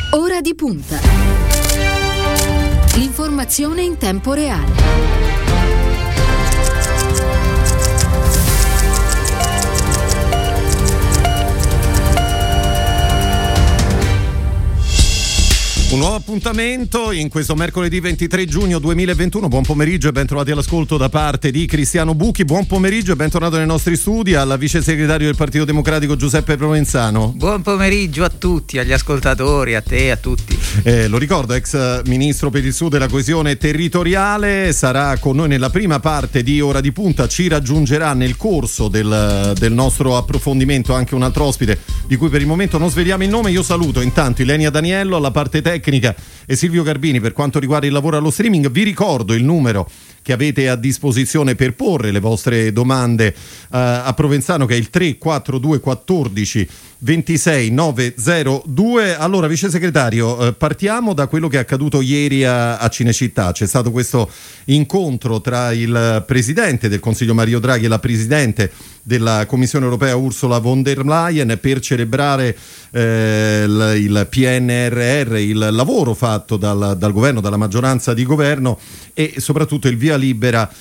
Ora di punta. L'informazione in tempo reale. Un nuovo appuntamento in questo mercoledì 23 giugno 2021. Buon pomeriggio e ben trovati all'ascolto da parte di Cristiano Bucchi. Buon pomeriggio e bentornato nei nostri studi al vice segretario del Partito Democratico Giuseppe Provenzano. Buon pomeriggio a tutti, agli ascoltatori, a te e a tutti. Lo ricordo, ex ministro per il Sud e la coesione territoriale, sarà con noi nella prima parte di Ora di Punta. Ci raggiungerà nel corso del nostro approfondimento anche un altro ospite di cui per il momento non sveliamo il nome. Io saluto intanto Ilenia Daniello alla parte tecnica e Silvio Garbini per quanto riguarda il lavoro allo streaming. Vi ricordo il numero che avete a disposizione per porre le vostre domande a Provenzano, che è il 342 14 26 902. Allora, vice segretario, partiamo da quello che è accaduto ieri a Cinecittà. C'è stato questo incontro tra il presidente del Consiglio Mario Draghi e la presidente della Commissione Europea Ursula von der Leyen per celebrare il PNRR, il lavoro fatto dal governo, dalla maggioranza di governo e soprattutto il via libera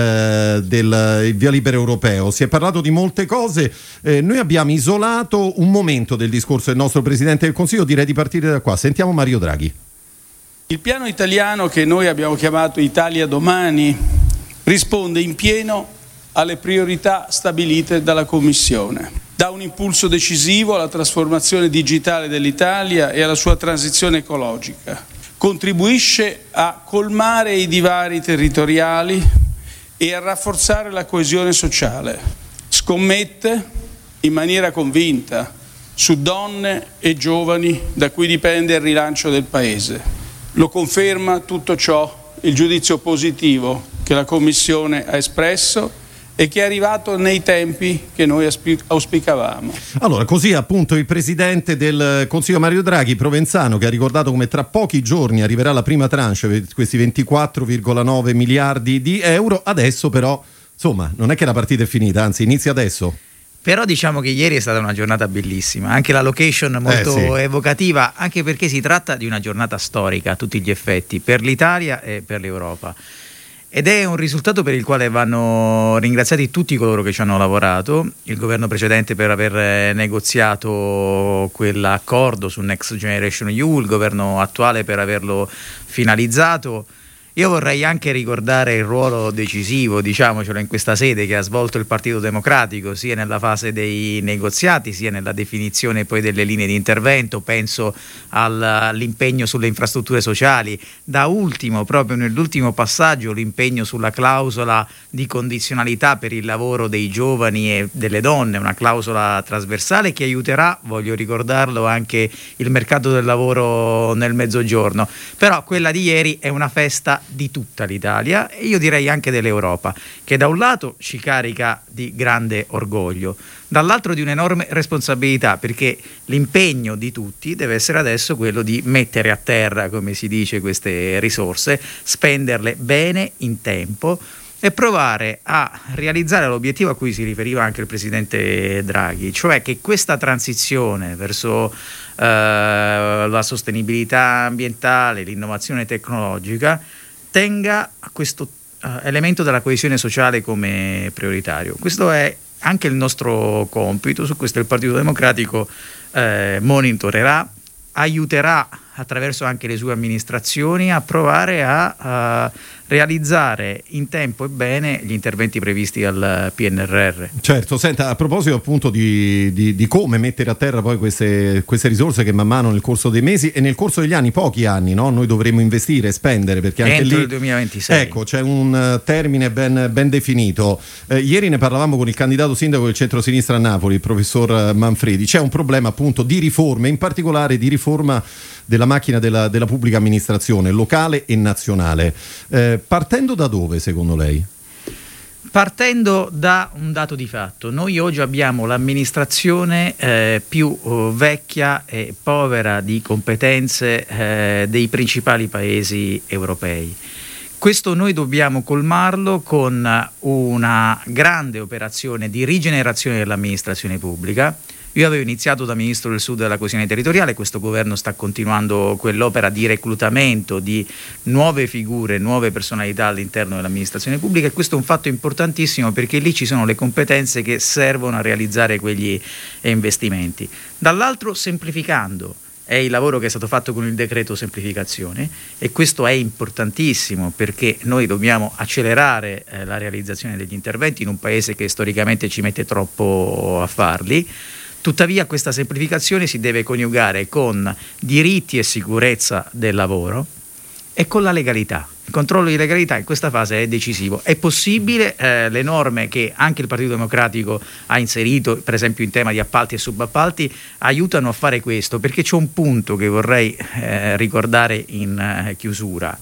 del via libera europeo. Si è parlato di molte cose, noi abbiamo isolato un momento del discorso del nostro Presidente del Consiglio. Direi di partire da qua. Sentiamo Mario Draghi. Il piano italiano, che noi abbiamo chiamato Italia Domani, risponde in pieno alle priorità stabilite dalla Commissione. Dà un impulso decisivo alla trasformazione digitale dell'Italia e alla sua transizione ecologica. Contribuisce a colmare i divari territoriali e a rafforzare la coesione sociale. Scommette in maniera convinta su donne e giovani da cui dipende il rilancio del Paese. Lo conferma tutto ciò il giudizio positivo che la Commissione ha espresso e che è arrivato nei tempi che noi auspicavamo. Allora, così appunto il presidente del Consiglio Mario Draghi, Provenzano, che ha ricordato come tra pochi giorni arriverà la prima tranche, questi 24,9 miliardi di euro. Adesso però, insomma, non è che la partita è finita, anzi inizia adesso. Però diciamo che ieri è stata una giornata bellissima, anche la location molto evocativa, anche perché si tratta di una giornata storica a tutti gli effetti, per l'Italia e per l'Europa. Ed è un risultato per il quale vanno ringraziati tutti coloro che ci hanno lavorato, il governo precedente per aver negoziato quell'accordo su Next Generation EU, il governo attuale per averlo finalizzato. Io vorrei anche ricordare il ruolo decisivo, diciamocelo in questa sede, che ha svolto il Partito Democratico sia nella fase dei negoziati sia nella definizione poi delle linee di intervento. Penso all'impegno sulle infrastrutture sociali, da ultimo, proprio nell'ultimo passaggio, l'impegno sulla clausola di condizionalità per il lavoro dei giovani e delle donne, una clausola trasversale che aiuterà, voglio ricordarlo, anche il mercato del lavoro nel Mezzogiorno. Però quella di ieri è una festa di tutta l'Italia e io direi anche dell'Europa, che da un lato ci carica di grande orgoglio, dall'altro di un'enorme responsabilità, perché l'impegno di tutti deve essere adesso quello di mettere a terra, come si dice, queste risorse, spenderle bene in tempo e provare a realizzare l'obiettivo a cui si riferiva anche il presidente Draghi, cioè che questa transizione verso la sostenibilità ambientale, l'innovazione tecnologica tenga a questo elemento della coesione sociale come prioritario. Questo è anche il nostro compito, su questo il Partito Democratico monitorerà, aiuterà attraverso anche le sue amministrazioni a provare a realizzare in tempo e bene gli interventi previsti dal PNRR. Certo, senta, a proposito appunto di come mettere a terra poi queste risorse che man mano nel corso dei mesi e nel corso degli anni, pochi anni, no? Noi dovremo investire e spendere, perché anche entro lì il 2026. Ecco, c'è un termine ben definito. Ieri ne parlavamo con il candidato sindaco del centro-sinistra a Napoli, il professor Manfredi. C'è un problema appunto di riforme, in particolare di riforma della macchina della pubblica amministrazione locale e nazionale. Partendo da dove, secondo lei? Partendo da un dato di fatto, noi oggi abbiamo l'amministrazione più vecchia e povera di competenze dei principali paesi europei. Questo noi dobbiamo colmarlo con una grande operazione di rigenerazione dell'amministrazione pubblica, Io avevo iniziato da Ministro del Sud della coesione territoriale, questo governo sta continuando quell'opera di reclutamento di nuove figure, nuove personalità all'interno dell'amministrazione pubblica, e questo è un fatto importantissimo perché lì ci sono le competenze che servono a realizzare quegli investimenti. Dall'altro semplificando. È il lavoro che è stato fatto con il decreto semplificazione, e questo è importantissimo perché noi dobbiamo accelerare la realizzazione degli interventi in un paese che storicamente ci mette troppo a farli. Tuttavia questa semplificazione si deve coniugare con diritti e sicurezza del lavoro e con la legalità. Il controllo di legalità in questa fase è decisivo. È possibile, le norme che anche il Partito Democratico ha inserito, per esempio in tema di appalti e subappalti, aiutano a fare questo, perché c'è un punto che vorrei ricordare in chiusura.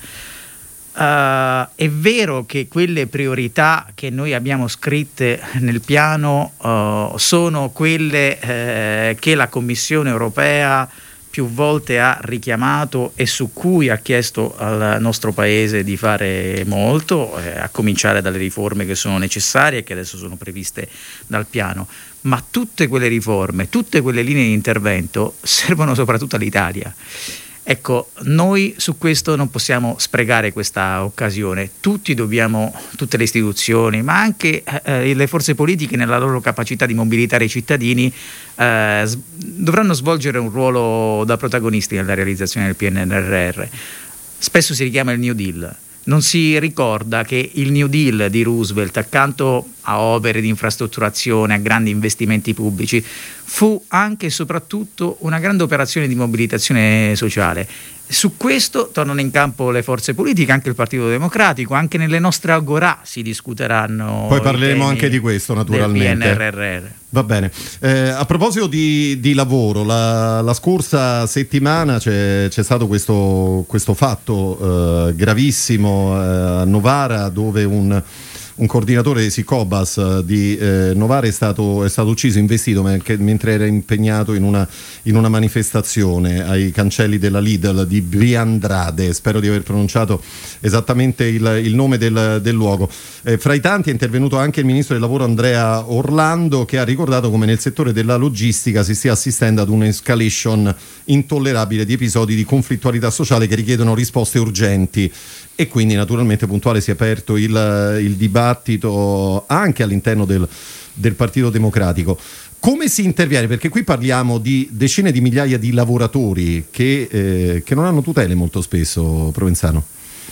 È vero che quelle priorità che noi abbiamo scritte nel piano sono quelle che la Commissione europea più volte ha richiamato e su cui ha chiesto al nostro Paese di fare molto, a cominciare dalle riforme che sono necessarie e che adesso sono previste dal piano. Ma tutte quelle riforme, tutte quelle linee di intervento servono soprattutto all'Italia. Ecco, noi su questo non possiamo sprecare questa occasione. Tutte le istituzioni, ma anche le forze politiche nella loro capacità di mobilitare i cittadini dovranno svolgere un ruolo da protagonisti nella realizzazione del PNRR. Spesso si richiama il New Deal. Non si ricorda che il New Deal di Roosevelt, accanto a opere di infrastrutturazione, a grandi investimenti pubblici, fu anche e soprattutto una grande operazione di mobilitazione sociale. Su questo tornano in campo le forze politiche, anche il Partito Democratico, anche nelle nostre agorà si discuteranno. Poi parleremo anche di questo, naturalmente. Del PNRR. Va bene. A proposito di lavoro, la scorsa settimana c'è stato questo fatto gravissimo a Novara, dove un coordinatore di Sicobas di Novara è stato ucciso, investito mentre era impegnato in una manifestazione ai cancelli della Lidl di Viandrade. Spero di aver pronunciato esattamente il nome del luogo. Fra i tanti è intervenuto anche il ministro del lavoro Andrea Orlando, che ha ricordato come nel settore della logistica si stia assistendo ad un'escalation intollerabile di episodi di conflittualità sociale che richiedono risposte urgenti. E quindi naturalmente puntuale si è aperto il dibattito anche all'interno del Partito Democratico. Come si interviene? Perché qui parliamo di decine di migliaia di lavoratori che non hanno tutele molto spesso, Provenzano.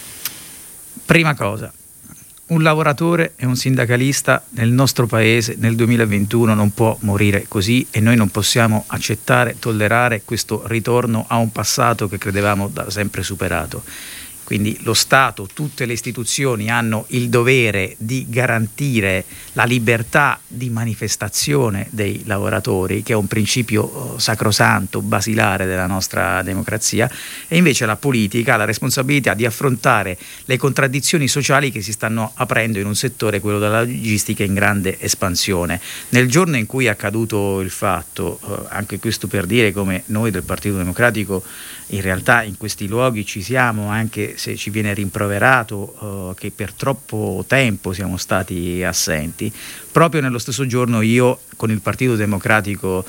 Prima cosa, un lavoratore e un sindacalista nel nostro paese nel 2021 non può morire così, e noi non possiamo accettare, tollerare questo ritorno a un passato che credevamo da sempre superato. Quindi lo Stato, tutte le istituzioni hanno il dovere di garantire la libertà di manifestazione dei lavoratori, che è un principio sacrosanto, basilare della nostra democrazia, e invece la politica ha la responsabilità di affrontare le contraddizioni sociali che si stanno aprendo in un settore, quello della logistica, in grande espansione. Nel giorno in cui è accaduto il fatto, anche questo per dire come noi del Partito Democratico in realtà in questi luoghi ci siamo, anche se ci viene rimproverato che per troppo tempo siamo stati assenti. Proprio nello stesso giorno io con il Partito Democratico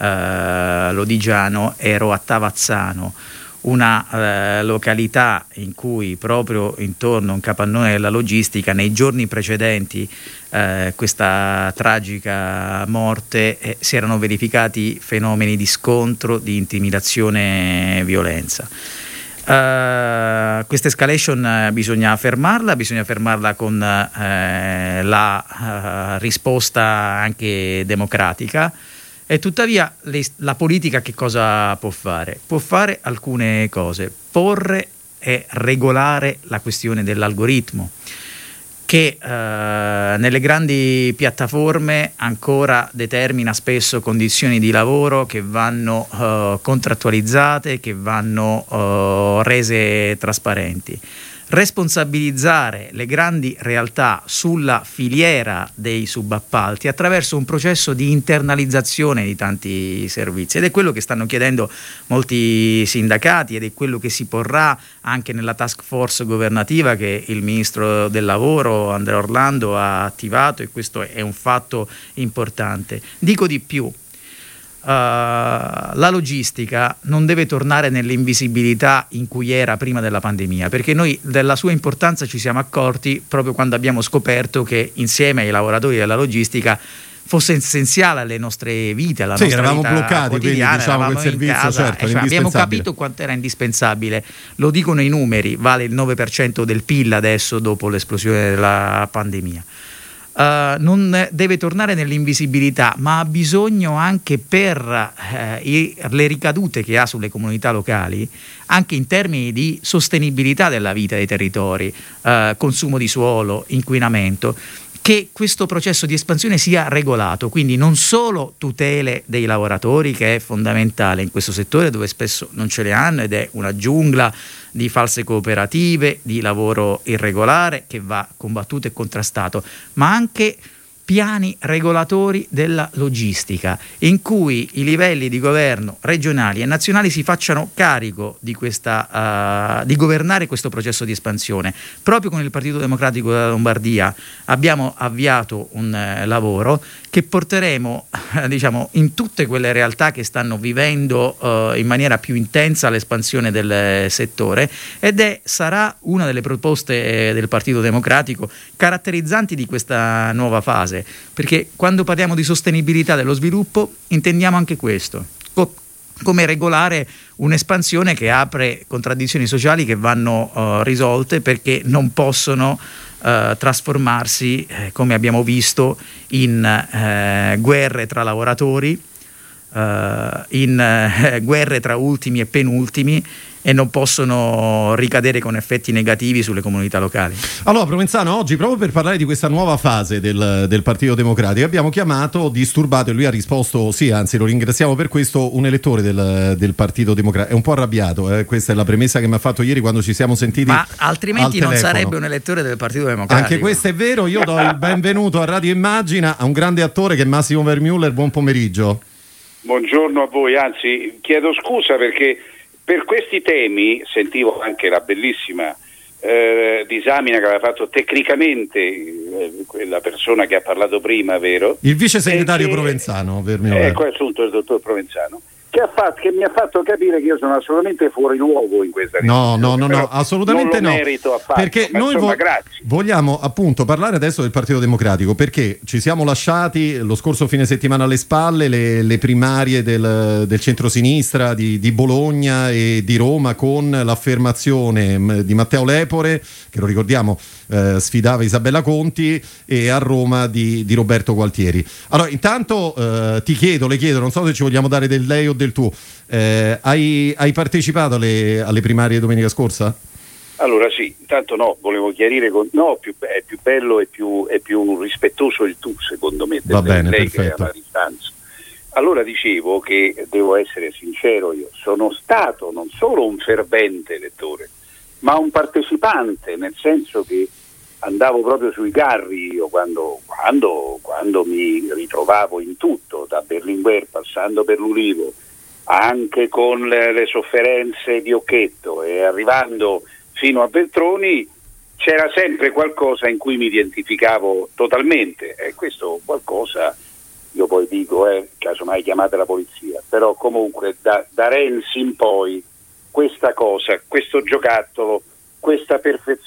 lodigiano ero a Tavazzano, una località in cui proprio intorno a un capannone della logistica nei giorni precedenti questa tragica morte si erano verificati fenomeni di scontro, di intimidazione e violenza. Questa escalation bisogna fermarla con la risposta anche democratica. E tuttavia la politica che cosa può fare? Può fare alcune cose: porre e regolare la questione dell'algoritmo, che nelle grandi piattaforme ancora determina spesso condizioni di lavoro che vanno contrattualizzate, che vanno rese trasparenti. Responsabilizzare le grandi realtà sulla filiera dei subappalti attraverso un processo di internalizzazione di tanti servizi, ed è quello che stanno chiedendo molti sindacati, ed è quello che si porrà anche nella task force governativa che il ministro del lavoro Andrea Orlando ha attivato, e questo è un fatto importante. Dico di più. la logistica non deve tornare nell'invisibilità in cui era prima della pandemia, perché noi della sua importanza ci siamo accorti proprio quando abbiamo scoperto che insieme ai lavoratori della logistica fosse essenziale alle nostre vite, alla nostra eravamo vita bloccati, quotidiana, quindi diciamo che il servizio, casa, certo, abbiamo capito quanto era indispensabile. Lo dicono i numeri, vale il 9% del PIL adesso dopo l'esplosione della pandemia. Non deve tornare nell'invisibilità, ma ha bisogno anche per le ricadute che ha sulle comunità locali, anche in termini di sostenibilità della vita dei territori, consumo di suolo, inquinamento, che questo processo di espansione sia regolato, quindi non solo tutele dei lavoratori, che è fondamentale in questo settore dove spesso non ce le hanno ed è una giungla di false cooperative, di lavoro irregolare che va combattuto e contrastato, ma anche piani regolatori della logistica in cui i livelli di governo regionali e nazionali si facciano carico di di governare questo processo di espansione. Proprio con il Partito Democratico della Lombardia abbiamo avviato un lavoro che porteremo in tutte quelle realtà che stanno vivendo in maniera più intensa l'espansione del settore, ed sarà una delle proposte del Partito Democratico caratterizzanti di questa nuova fase. Perché quando parliamo di sostenibilità dello sviluppo intendiamo anche questo, come regolare un'espansione che apre contraddizioni sociali che vanno risolte, perché non possono trasformarsi, come abbiamo visto, in guerre tra lavoratori, in guerre tra ultimi e penultimi, e non possono ricadere con effetti negativi sulle comunità locali. Allora, Provenzano, oggi proprio per parlare di questa nuova fase del Partito Democratico abbiamo chiamato disturbato, e lui ha risposto sì, anzi lo ringraziamo per questo, un elettore del Partito Democratico. È un po' arrabbiato, questa è la premessa che mi ha fatto ieri quando ci siamo sentiti. Ma altrimenti non sarebbe un elettore del Partito Democratico. Anche questo è vero. Io do il benvenuto a Radio Immagina a un grande attore che è Massimo Vermeuler. Buon pomeriggio. Buongiorno a voi, anzi chiedo scusa perché per questi temi sentivo anche la bellissima disamina che aveva fatto tecnicamente quella persona che ha parlato prima, vero? Il vice segretario Provenzano, Vermeuler. Ecco, assunto il dottor Provenzano, che mi ha fatto capire che io sono assolutamente fuori luogo in questa discussione. No, assolutamente non no. lo merito affatto, perché noi vogliamo appunto parlare adesso del Partito Democratico, perché ci siamo lasciati lo scorso fine settimana alle spalle le primarie del centrosinistra di Bologna e di Roma, con l'affermazione di Matteo Lepore, che lo ricordiamo sfidava Isabella Conti, e a Roma di Roberto Gualtieri. Allora, intanto le chiedo, non so se ci vogliamo dare del lei o del tu. Hai partecipato alle primarie domenica scorsa? Allora sì, intanto no, volevo chiarire è più bello e più rispettoso il tu, secondo me, va bene, lei perfetto. Che è alla distanza. Allora dicevo che devo essere sincero, io sono stato non solo un fervente elettore, ma un partecipante, nel senso che andavo proprio sui carri io quando mi ritrovavo in tutto, da Berlinguer passando per l'Ulivo, anche con le sofferenze di Occhetto e arrivando fino a Veltroni, c'era sempre qualcosa in cui mi identificavo totalmente, e questo qualcosa io poi dico, casomai chiamate la polizia, però comunque da Renzi in poi questa cosa, questo giocattolo, questa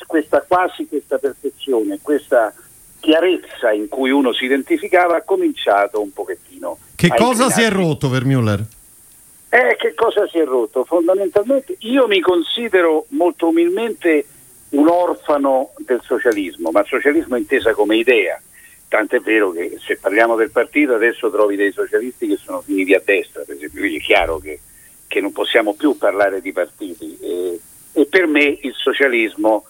perfezione, questa chiarezza in cui uno si identificava ha cominciato un pochettino. Che cosa si è rotto, Vermeuler? Che cosa si è rotto? Fondamentalmente io mi considero molto umilmente un orfano del socialismo, ma il socialismo intesa come idea. Tant'è vero che se parliamo del partito adesso trovi dei socialisti che sono finiti a destra, per esempio, quindi è chiaro che non possiamo più parlare di partiti. E per me il socialismo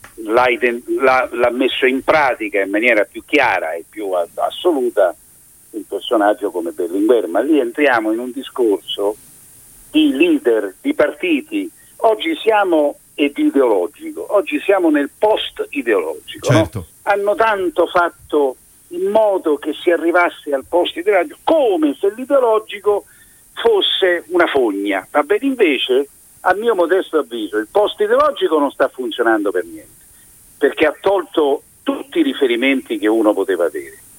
l'ha messo in pratica in maniera più chiara e più assoluta un personaggio come Berlinguer, ma lì entriamo in un discorso di leader, di partiti. Oggi siamo ideologico, oggi siamo nel post ideologico, certo. No? Hanno tanto fatto in modo che si arrivasse al post ideologico come se l'ideologico fosse una fogna, va bene? Invece, a mio modesto avviso, il post ideologico non sta funzionando per niente, perché ha tolto tutti i riferimenti che uno poteva avere.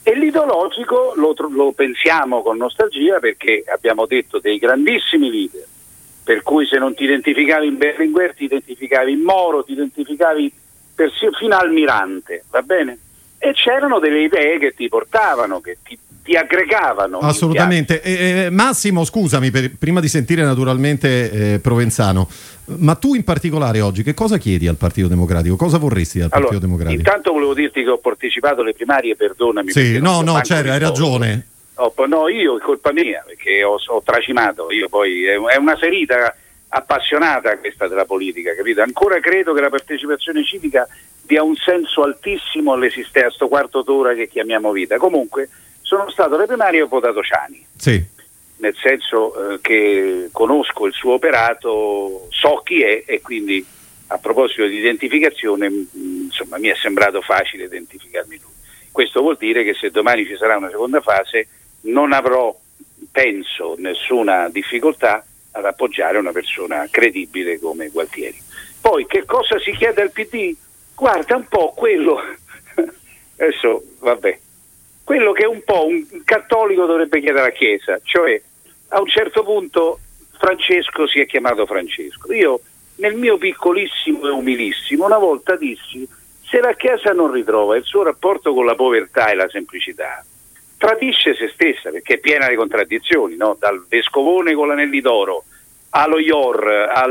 E l'ideologico lo pensiamo con nostalgia, perché abbiamo detto dei grandissimi leader, per cui se non ti identificavi in Berlinguer ti identificavi in Moro, ti identificavi persino fino al Almirante, va bene? E c'erano delle idee che ti portavano, che ti aggregavano. Assolutamente. Massimo, scusami, prima di sentire naturalmente Provenzano, ma tu in particolare oggi che cosa chiedi al Partito Democratico? Cosa vorresti dal Partito Democratico? Intanto volevo dirti che ho partecipato alle primarie, perdonami. Sì, hai ragione. No, io è colpa mia, perché ho tracimato, io poi è una ferita appassionata questa della politica, capito? Ancora credo che la partecipazione civica dia un senso altissimo all'esistenza, a sto quarto d'ora che chiamiamo vita. Comunque sono stato alle primarie e ho votato Ciani. Sì. Nel senso che conosco il suo operato, so chi è, e quindi a proposito di identificazione, insomma, mi è sembrato facile identificarmi lui. Questo vuol dire che se domani ci sarà una seconda fase non avrò, penso, nessuna difficoltà ad appoggiare una persona credibile come Gualtieri. Poi che cosa si chiede al PD? Guarda, un po' quello adesso vabbè, quello che un po' un cattolico dovrebbe chiedere alla Chiesa, cioè a un certo punto Francesco si è chiamato Francesco. Io nel mio piccolissimo e umilissimo una volta dissi: se la Chiesa non ritrova il suo rapporto con la povertà e la semplicità, tradisce se stessa, perché è piena di contraddizioni, no? Dal vescovone con l'anelli d'oro allo IOR,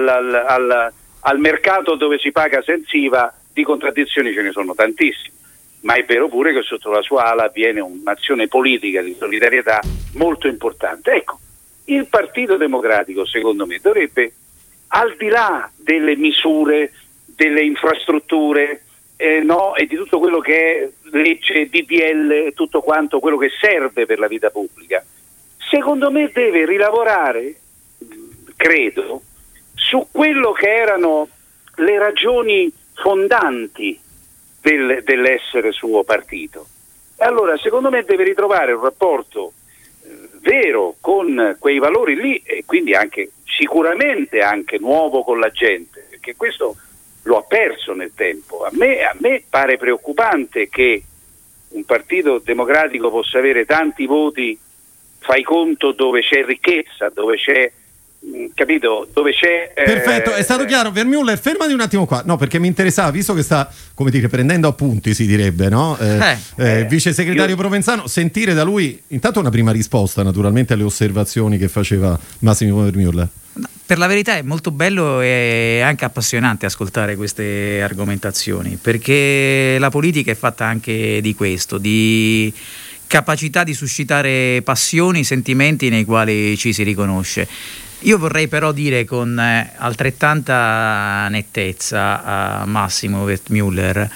al mercato dove si paga senza IVA, di contraddizioni ce ne sono tantissime. Ma è vero pure che sotto la sua ala avviene un'azione politica di solidarietà molto importante. Ecco, il Partito Democratico, secondo me, dovrebbe, al di là delle misure, delle infrastrutture, e di tutto quello che è legge, DDL e tutto quanto quello che serve per la vita pubblica, secondo me deve rilavorare, credo, su quello che erano le ragioni fondanti dell'essere suo partito. E allora secondo me deve ritrovare un rapporto vero con quei valori lì, e quindi anche sicuramente anche nuovo con la gente, perché questo lo ha perso nel tempo. A me pare preoccupante che un Partito Democratico possa avere tanti voti, fai conto, dove c'è ricchezza, dove c'è, capito, dove c'è... Perfetto, è stato chiaro. Vermeuller, fermati un attimo qua, no, perché mi interessava, visto che sta, come dire, prendendo appunti, si direbbe, no? Vice segretario Provenzano, sentire da lui intanto una prima risposta naturalmente alle osservazioni che faceva Massimo Vermeuller. Per la verità è molto bello e anche appassionante ascoltare queste argomentazioni, perché la politica è fatta anche di questo, di capacità di suscitare passioni, sentimenti nei quali ci si riconosce. Io vorrei però dire con altrettanta nettezza a Massimo Vermeuller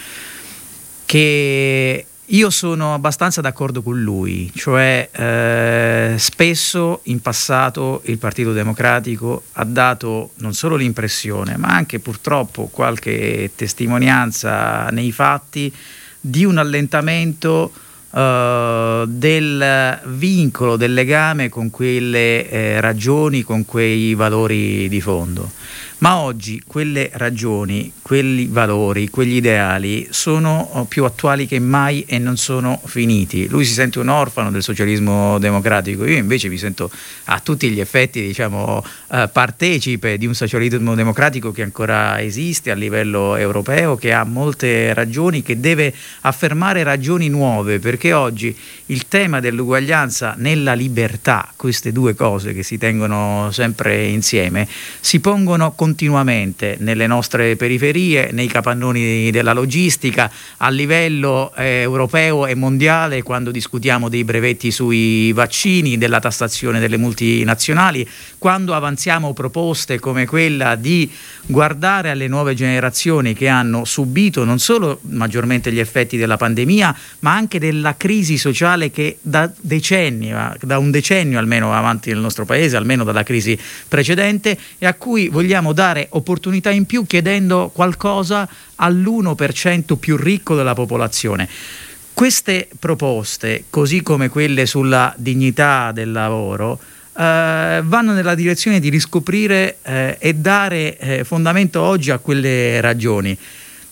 che io sono abbastanza d'accordo con lui, cioè spesso in passato il Partito Democratico ha dato non solo l'impressione, ma anche purtroppo qualche testimonianza nei fatti di un allentamento del vincolo, del legame con quelle ragioni, con quei valori di fondo. Ma oggi quelle ragioni, quei valori, quegli ideali sono più attuali che mai e non sono finiti. Lui si sente un orfano del socialismo democratico, io invece mi sento a tutti gli effetti, diciamo, partecipe di un socialismo democratico che ancora esiste a livello europeo, che ha molte ragioni, che deve affermare ragioni nuove, perché oggi il tema dell'uguaglianza nella libertà, queste due cose che si tengono sempre insieme, si pongono continuamente nelle nostre periferie, nei capannoni della logistica, a livello europeo e mondiale, quando discutiamo dei brevetti sui vaccini, della tassazione delle multinazionali, quando avanziamo proposte come quella di guardare alle nuove generazioni che hanno subito non solo maggiormente gli effetti della pandemia, ma anche della crisi sociale che da un decennio almeno avanti nel nostro paese, almeno dalla crisi precedente, e a cui vogliamo dare opportunità in più chiedendo qualcosa all'1% più ricco della popolazione. Queste proposte, così come quelle sulla dignità del lavoro, vanno nella direzione di riscoprire e dare fondamento oggi a quelle ragioni.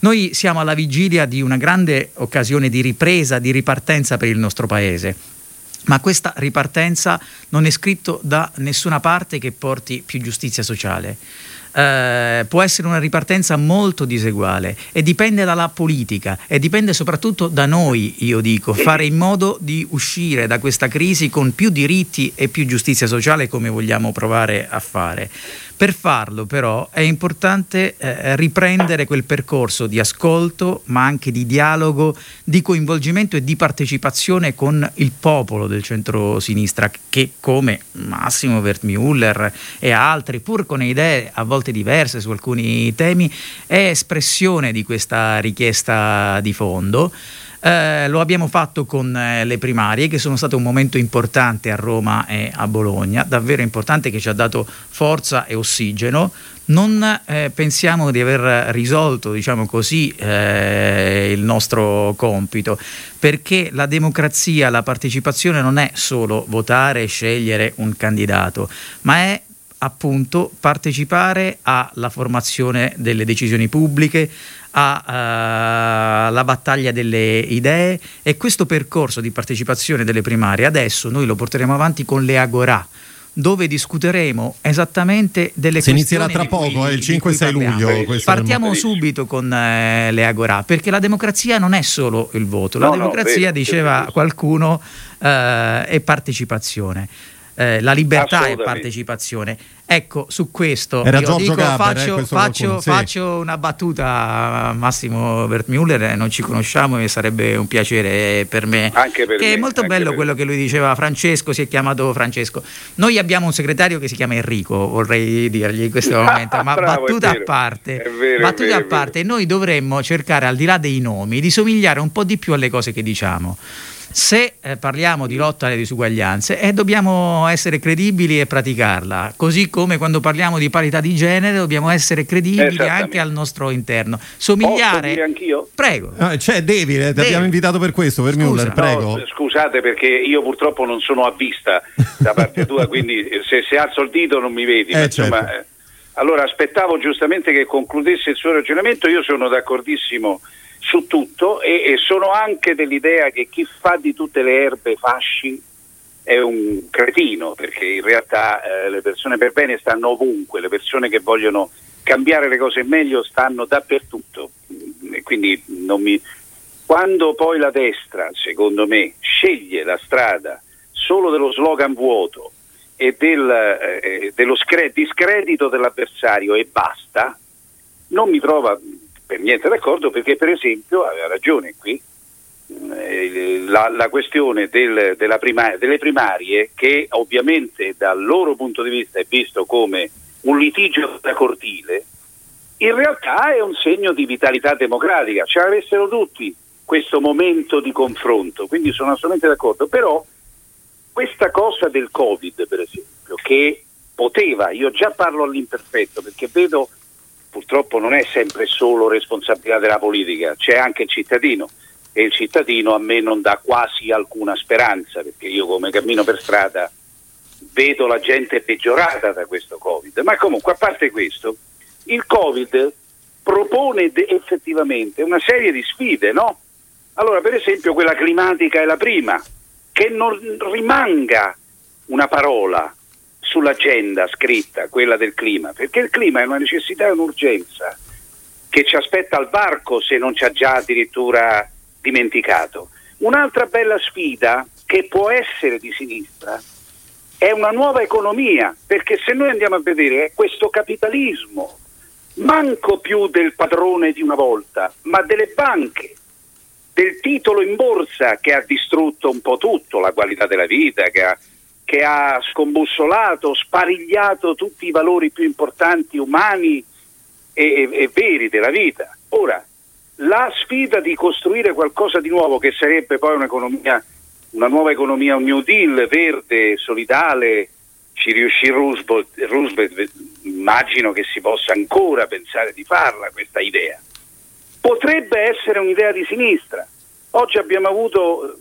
Noi siamo alla vigilia di una grande occasione di ripresa, di ripartenza per il nostro Paese. Ma questa ripartenza non è scritto da nessuna parte che porti più giustizia sociale. Può essere una ripartenza molto diseguale e dipende dalla politica e dipende soprattutto da noi, io dico, fare in modo di uscire da questa crisi con più diritti e più giustizia sociale come vogliamo provare a fare. Per farlo però è importante riprendere quel percorso di ascolto ma anche di dialogo, di coinvolgimento e di partecipazione con il popolo del centro-sinistra che come Massimo Wertmüller e altri, pur con idee a volte diverse su alcuni temi, è espressione di questa richiesta di fondo. Lo abbiamo fatto con le primarie, che sono state un momento importante a Roma e a Bologna, davvero importante, che ci ha dato forza e ossigeno. Non pensiamo di aver risolto, diciamo così, il nostro compito, perché la democrazia, la partecipazione non è solo votare e scegliere un candidato, ma è appunto partecipare alla formazione delle decisioni pubbliche, alla battaglia delle idee, e questo percorso di partecipazione delle primarie adesso noi lo porteremo avanti con le Agorà, dove discuteremo esattamente delle questioni. Si inizierà tra poco, il 5-6 luglio. Partiamo subito con le Agorà, perché la democrazia non è solo il voto, la democrazia, diceva qualcuno, è partecipazione. La libertà è partecipazione. Ecco, su questo era io Giorgio dico, Gaber, faccio una battuta a Massimo Wertmüller, non ci conosciamo e sarebbe un piacere per me, anche per che me, è molto bello quello che lui diceva. Francesco, si è chiamato Francesco, noi abbiamo un segretario che si chiama Enrico, vorrei dirgli in questo momento, ma bravo, battuta a parte, noi dovremmo cercare, al di là dei nomi, di somigliare un po' di più alle cose che diciamo. Se parliamo di lotta alle disuguaglianze, dobbiamo essere credibili e praticarla, così come quando parliamo di parità di genere dobbiamo essere credibili anche al nostro interno. Somigliare. Posso dire anch'io? Prego. David, ti abbiamo invitato per questo, Wertmüller, prego. No, scusate, perché io purtroppo non sono a vista da parte tua, quindi se alzo il dito non mi vedi, ma insomma, certo. Allora aspettavo giustamente che concludesse il suo ragionamento. Io sono d'accordissimo su tutto e sono anche dell'idea che chi fa di tutte le erbe fasci è un cretino, perché in realtà le persone per bene stanno ovunque, le persone che vogliono cambiare le cose in meglio stanno dappertutto, e quindi quando poi la destra, secondo me, sceglie la strada solo dello slogan vuoto e dello discredito dell'avversario e basta, non mi trova per niente d'accordo, perché per esempio aveva ragione qui la questione delle primarie, che ovviamente dal loro punto di vista è visto come un litigio da cortile, in realtà è un segno di vitalità democratica. Ce l'avessero tutti questo momento di confronto, quindi sono assolutamente d'accordo. Però questa cosa del Covid, per esempio, che poteva, io già parlo all'imperfetto, perché vedo purtroppo non è sempre solo responsabilità della politica, c'è anche il cittadino, e il cittadino a me non dà quasi alcuna speranza, perché io come cammino per strada vedo la gente peggiorata da questo Covid. Ma comunque, a parte questo, il Covid propone effettivamente una serie di sfide, no? Allora, per esempio, quella climatica è la prima, che non rimanga una parola sull'agenda scritta, quella del clima, perché il clima è una necessità e un'urgenza che ci aspetta al varco, se non ci ha già addirittura dimenticato. Un'altra bella sfida che può essere di sinistra è una nuova economia, perché se noi andiamo a vedere è questo capitalismo, manco più del padrone di una volta, ma delle banche, del titolo in borsa, che ha distrutto un po' tutto, la qualità della vita, che ha scombussolato, sparigliato tutti i valori più importanti umani e veri della vita. Ora, la sfida di costruire qualcosa di nuovo, che sarebbe poi un'economia, una nuova economia, un New Deal verde, solidale, ci riuscì Roosevelt, immagino che si possa ancora pensare di farla questa idea. Potrebbe essere un'idea di sinistra. Oggi abbiamo avuto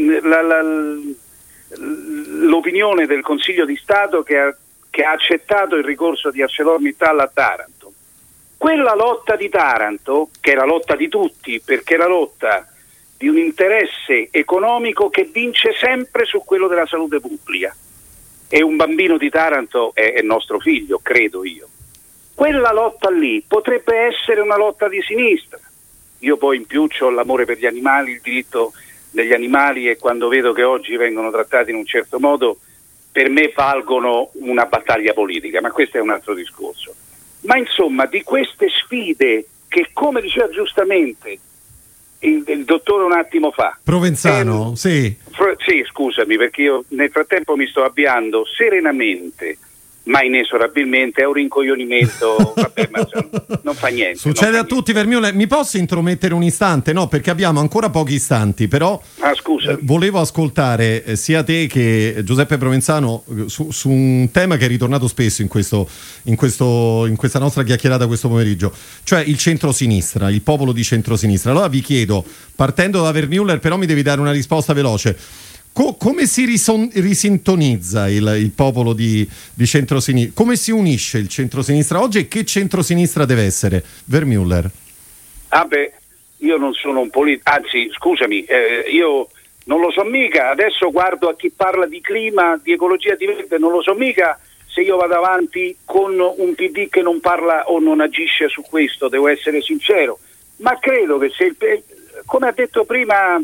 l'opinione del Consiglio di Stato che ha accettato il ricorso di ArcelorMittal a Taranto. Quella lotta di Taranto, che è la lotta di tutti, perché è la lotta di un interesse economico che vince sempre su quello della salute pubblica. E un bambino di Taranto è nostro figlio, credo io. Quella lotta lì potrebbe essere una lotta di sinistra. Io poi in più ho l'amore per gli animali, il diritto degli animali, e quando vedo che oggi vengono trattati in un certo modo, per me valgono una battaglia politica, ma questo è un altro discorso. Ma insomma, di queste sfide che, come diceva giustamente il dottore un attimo fa, Provenzano, sì, scusami, perché io nel frattempo mi sto avviando serenamente ma inesorabilmente, è un rincoglionimento, vabbè, ma non fa niente. Succede a tutti, Vermiulle. Mi posso intromettere un istante? No, perché abbiamo ancora pochi istanti, però volevo ascoltare sia te che Giuseppe Provenzano su un tema che è ritornato spesso in questa nostra chiacchierata questo pomeriggio, cioè il centro-sinistra, il popolo di centro-sinistra. Allora vi chiedo, partendo da Vermiulle, però mi devi dare una risposta veloce. Come si risintonizza il popolo di centrosinistra? Come si unisce il centrosinistra oggi e che centrosinistra deve essere? Vermüller. Io non sono un politico, anzi scusami, io non lo so mica, adesso guardo a chi parla di clima, di ecologia, di verde, non lo so mica se io vado avanti con un PD che non parla o non agisce su questo, devo essere sincero, ma credo che se come ha detto prima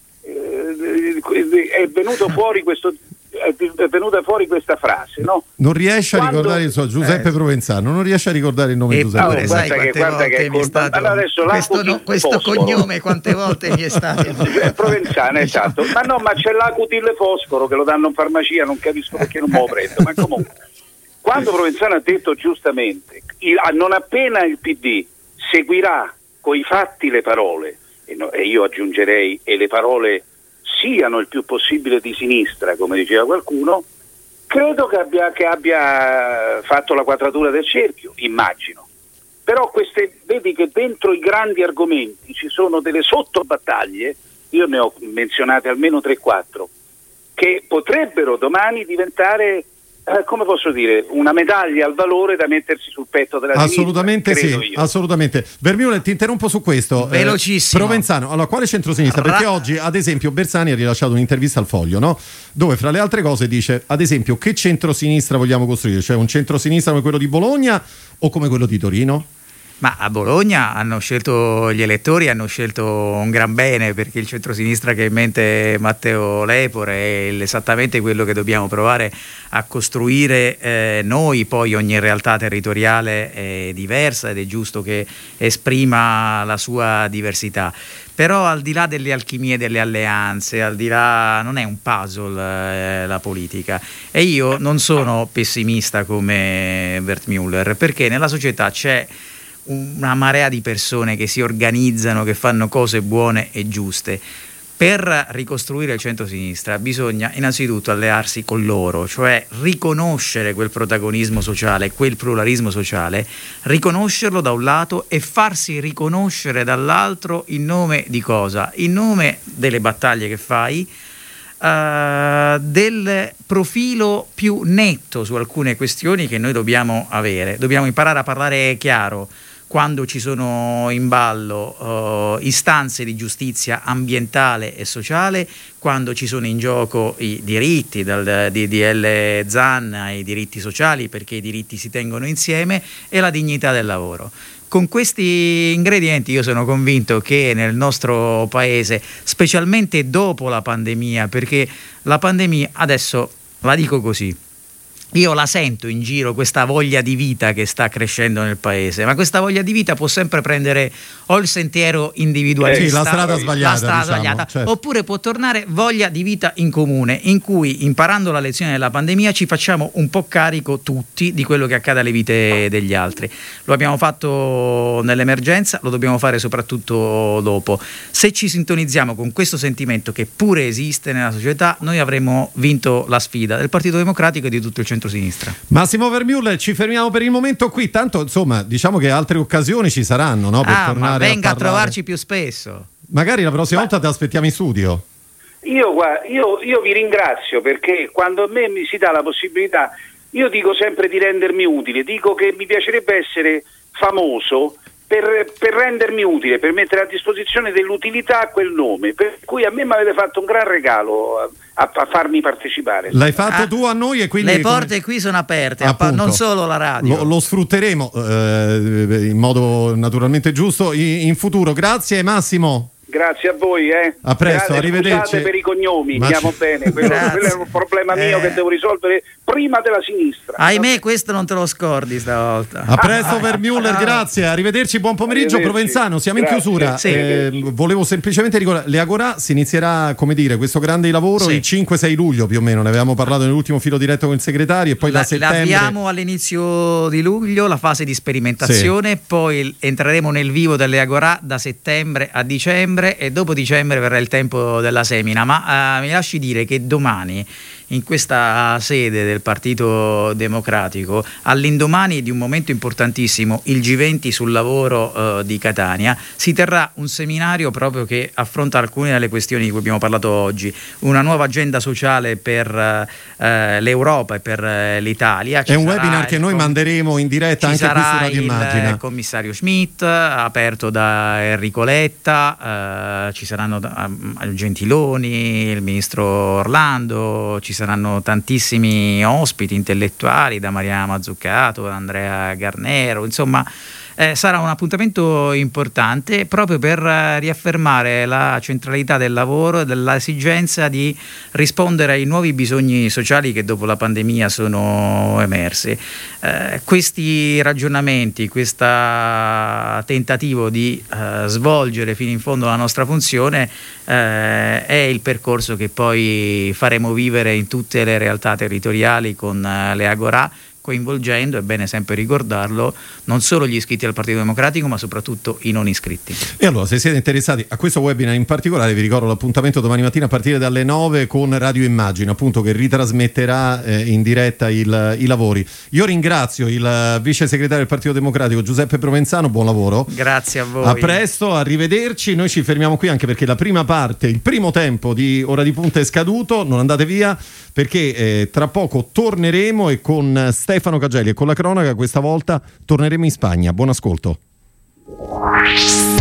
è venuta fuori questa frase, no? Non riesce a ricordare il suo Giuseppe Provenzano, non riesce a ricordare il nome di Giuseppe. Guarda che è colpa. Allora adesso questo cognome quante volte mi è stato Provenzano, esatto. Ma c'è l'acutil fosforo che lo danno in farmacia, non capisco perché non me lo prendo, ma comunque quando Provenzano ha detto giustamente non appena il PD seguirà coi fatti le parole, e io aggiungerei e le parole siano il più possibile di sinistra, come diceva qualcuno, credo che abbia fatto la quadratura del cerchio, immagino. Però vedi che dentro i grandi argomenti ci sono delle sottobattaglie, io ne ho menzionate almeno 3-4, che potrebbero domani diventare, come posso dire, una medaglia al valore da mettersi sul petto della assolutamente sinistra. Sì, assolutamente. Vermiulle, ti interrompo su questo. Velocissimo. Provenzano, allora quale centrosinistra? Perché oggi, ad esempio, Bersani ha rilasciato un'intervista al Foglio, no? Dove fra le altre cose dice, ad esempio, che centrosinistra vogliamo costruire? Cioè un centrosinistra come quello di Bologna o come quello di Torino? Ma a Bologna gli elettori hanno scelto un gran bene, perché il centrosinistra che ha in mente Matteo Lepore è esattamente quello che dobbiamo provare a costruire noi. Poi ogni realtà territoriale è diversa ed è giusto che esprima la sua diversità. Però al di là delle alchimie, delle alleanze, al di là, non è un puzzle la politica. E io non sono pessimista come Vermüller, perché nella società c'è una marea di persone che si organizzano, che fanno cose buone e giuste. Per ricostruire il centro-sinistra bisogna innanzitutto allearsi con loro, cioè riconoscere quel protagonismo sociale, quel pluralismo sociale, riconoscerlo da un lato e farsi riconoscere dall'altro in nome di cosa? In nome delle battaglie che fai, del profilo più netto su alcune questioni che noi dobbiamo avere. Dobbiamo imparare a parlare chiaro quando ci sono in ballo istanze di giustizia ambientale e sociale, quando ci sono in gioco i diritti, dal DDL Zan ai diritti sociali, perché i diritti si tengono insieme, e la dignità del lavoro. Con questi ingredienti io sono convinto che nel nostro paese, specialmente dopo la pandemia, perché la pandemia, adesso la dico così, io la sento in giro questa voglia di vita che sta crescendo nel paese, ma questa voglia di vita può sempre prendere o il sentiero individualista, la strada sbagliata, certo. Oppure può tornare voglia di vita in comune, in cui, imparando la lezione della pandemia, ci facciamo un po' carico tutti di quello che accade alle vite degli altri. Lo abbiamo fatto nell'emergenza, lo dobbiamo fare soprattutto dopo. Se ci sintonizziamo con questo sentimento, che pure esiste nella società, noi avremo vinto la sfida del Partito Democratico e di tutto il centrosinistra. Massimo Vermüller, ci fermiamo per il momento qui, tanto insomma diciamo che altre occasioni ci saranno, no? Per tornare venga a trovarci più spesso. Magari la prossima volta ti aspettiamo in studio. Io vi ringrazio, perché quando a me mi si dà la possibilità, Io dico sempre di rendermi utile, dico che mi piacerebbe essere famoso per rendermi utile, per mettere a disposizione dell'utilità quel nome, per cui a me mi avete fatto un gran regalo a farmi partecipare. L'hai fatto tu a noi, e quindi le porte qui sono aperte, non solo la radio. Lo sfrutteremo in modo naturalmente giusto in futuro. Grazie Massimo. Grazie a voi. A presto, arrivederci. Scusate per i cognomi, stiamo bene. Quello è un problema mio che devo risolvere prima della sinistra. Ahimè, questo non te lo scordi stavolta. A presto Vermüller, grazie. Arrivederci, buon pomeriggio. Provenzano, siamo grazie. in chiusura. Sì. Volevo semplicemente ricordare, le Agorà si inizierà, come dire, questo grande lavoro il 5-6 luglio più o meno. Ne avevamo parlato nell'ultimo filo diretto con il segretario, e poi da settembre. L'abbiamo all'inizio di luglio, la fase di sperimentazione, poi entreremo nel vivo delle Agorà da settembre a dicembre, e dopo dicembre verrà il tempo della semina. Ma mi lasci dire che domani, in questa sede del Partito Democratico, all'indomani di un momento importantissimo, il G20 sul lavoro di Catania, si terrà un seminario proprio che affronta alcune delle questioni di cui abbiamo parlato oggi, una nuova agenda sociale per l'Europa e per l'Italia. È un webinar che noi manderemo in diretta anche qui su Radio Immagina. Il commissario Schmidt, aperto da Enrico Letta, ci saranno Gentiloni, il ministro Orlando, ci saranno tantissimi ospiti intellettuali, da Maria Mazzucato, da Andrea Garnero, insomma sarà un appuntamento importante proprio per riaffermare la centralità del lavoro e dell'esigenza di rispondere ai nuovi bisogni sociali che dopo la pandemia sono emersi. Questi ragionamenti, questo tentativo di svolgere fino in fondo la nostra funzione è il percorso che poi faremo vivere in tutte le realtà territoriali con le Agorà, coinvolgendo, è bene sempre ricordarlo, non solo gli iscritti al Partito Democratico, ma soprattutto i non iscritti. E allora, se siete interessati a questo webinar in particolare, vi ricordo l'appuntamento domani mattina a partire dalle 9 con Radio Immagina, appunto, che ritrasmetterà in diretta i lavori. Io ringrazio il vice segretario del Partito Democratico Giuseppe Provenzano, buon lavoro. Grazie a voi. A presto, arrivederci. Noi ci fermiamo qui anche perché la prima parte, il primo tempo di Ora di Punta è scaduto, non andate via perché tra poco torneremo, e con Stefano Cagelli e con la cronaca questa volta torneremo in Spagna. Buon ascolto.